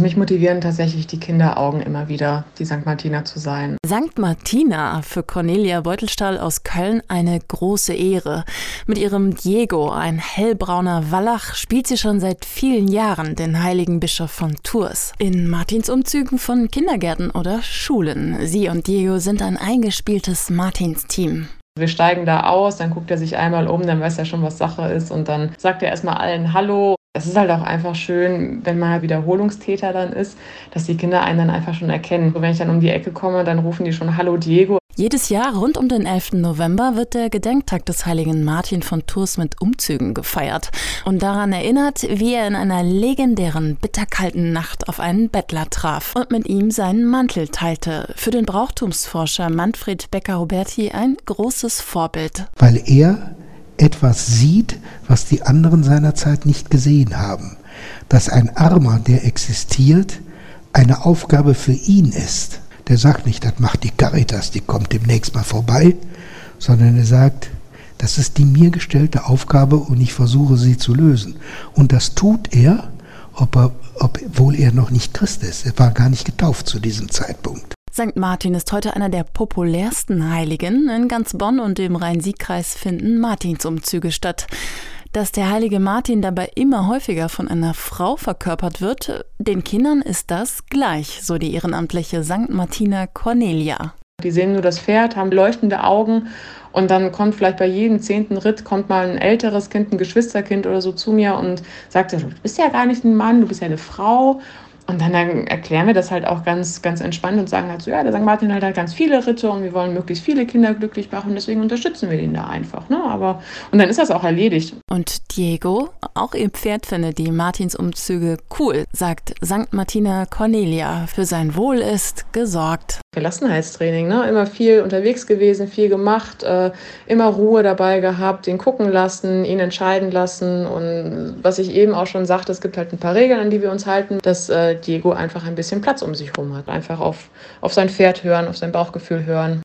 mich motivieren tatsächlich die Kinderaugen immer wieder, die St. Martina zu sein. St. Martina, für Cornelia Beutelstahl aus Köln eine große Ehre. Mit ihrem Diego, ein hellbrauner Wallach, spielt sie schon seit vielen Jahren den heiligen Bischof von Tours. In Martinsumzügen von Kindergärten oder Schulen. Sie und Diego sind ein eingespieltes Martinsteam. Wir steigen da aus, dann guckt er sich einmal um, dann weiß er schon, was Sache ist und dann sagt er erstmal allen Hallo. Es ist halt auch einfach schön, wenn man halt Wiederholungstäter dann ist, dass die Kinder einen dann einfach schon erkennen. Wenn ich dann um die Ecke komme, dann rufen die schon Hallo Diego. Jedes Jahr rund um den 11. November wird der Gedenktag des heiligen Martin von Tours mit Umzügen gefeiert und daran erinnert, wie er in einer legendären, bitterkalten Nacht auf einen Bettler traf und mit ihm seinen Mantel teilte. Für den Brauchtumsforscher Manfred Becker-Huberti ein großes Vorbild. Weil er etwas sieht, was die anderen seiner Zeit nicht gesehen haben. Dass ein Armer, der existiert, eine Aufgabe für ihn ist. Der sagt nicht, das macht die Caritas, die kommt demnächst mal vorbei, sondern er sagt, das ist die mir gestellte Aufgabe und ich versuche sie zu lösen. Und das tut er, obwohl er noch nicht Christ ist. Er war gar nicht getauft zu diesem Zeitpunkt. St. Martin ist heute einer der populärsten Heiligen. In ganz Bonn und dem Rhein-Sieg-Kreis finden Martinsumzüge statt. Dass der heilige Martin dabei immer häufiger von einer Frau verkörpert wird, den Kindern ist das gleich, so die ehrenamtliche St. Martina Cornelia. Die sehen nur das Pferd, haben leuchtende Augen und dann kommt vielleicht bei jedem 10. Ritt kommt mal ein älteres Kind, ein Geschwisterkind oder so zu mir und sagt, du bist ja gar nicht ein Mann, du bist ja eine Frau. Und dann erklären wir das halt auch ganz, ganz entspannt und sagen halt so, ja, der St. Martin hat ganz viele Ritte und wir wollen möglichst viele Kinder glücklich machen, deswegen unterstützen wir ihn da einfach. Ne? Und dann ist das auch erledigt. Und Diego, auch ihr Pferd, findet die Martinsumzüge cool, sagt St. Martina Cornelia. Für sein Wohl ist gesorgt. Gelassenheitstraining, ne? Immer viel unterwegs gewesen, viel gemacht, immer Ruhe dabei gehabt, ihn gucken lassen, ihn entscheiden lassen. Und was ich eben auch schon sagte, es gibt halt ein paar Regeln, an die wir uns halten, dass Diego einfach ein bisschen Platz um sich herum hat. Einfach auf sein Pferd hören, auf sein Bauchgefühl hören.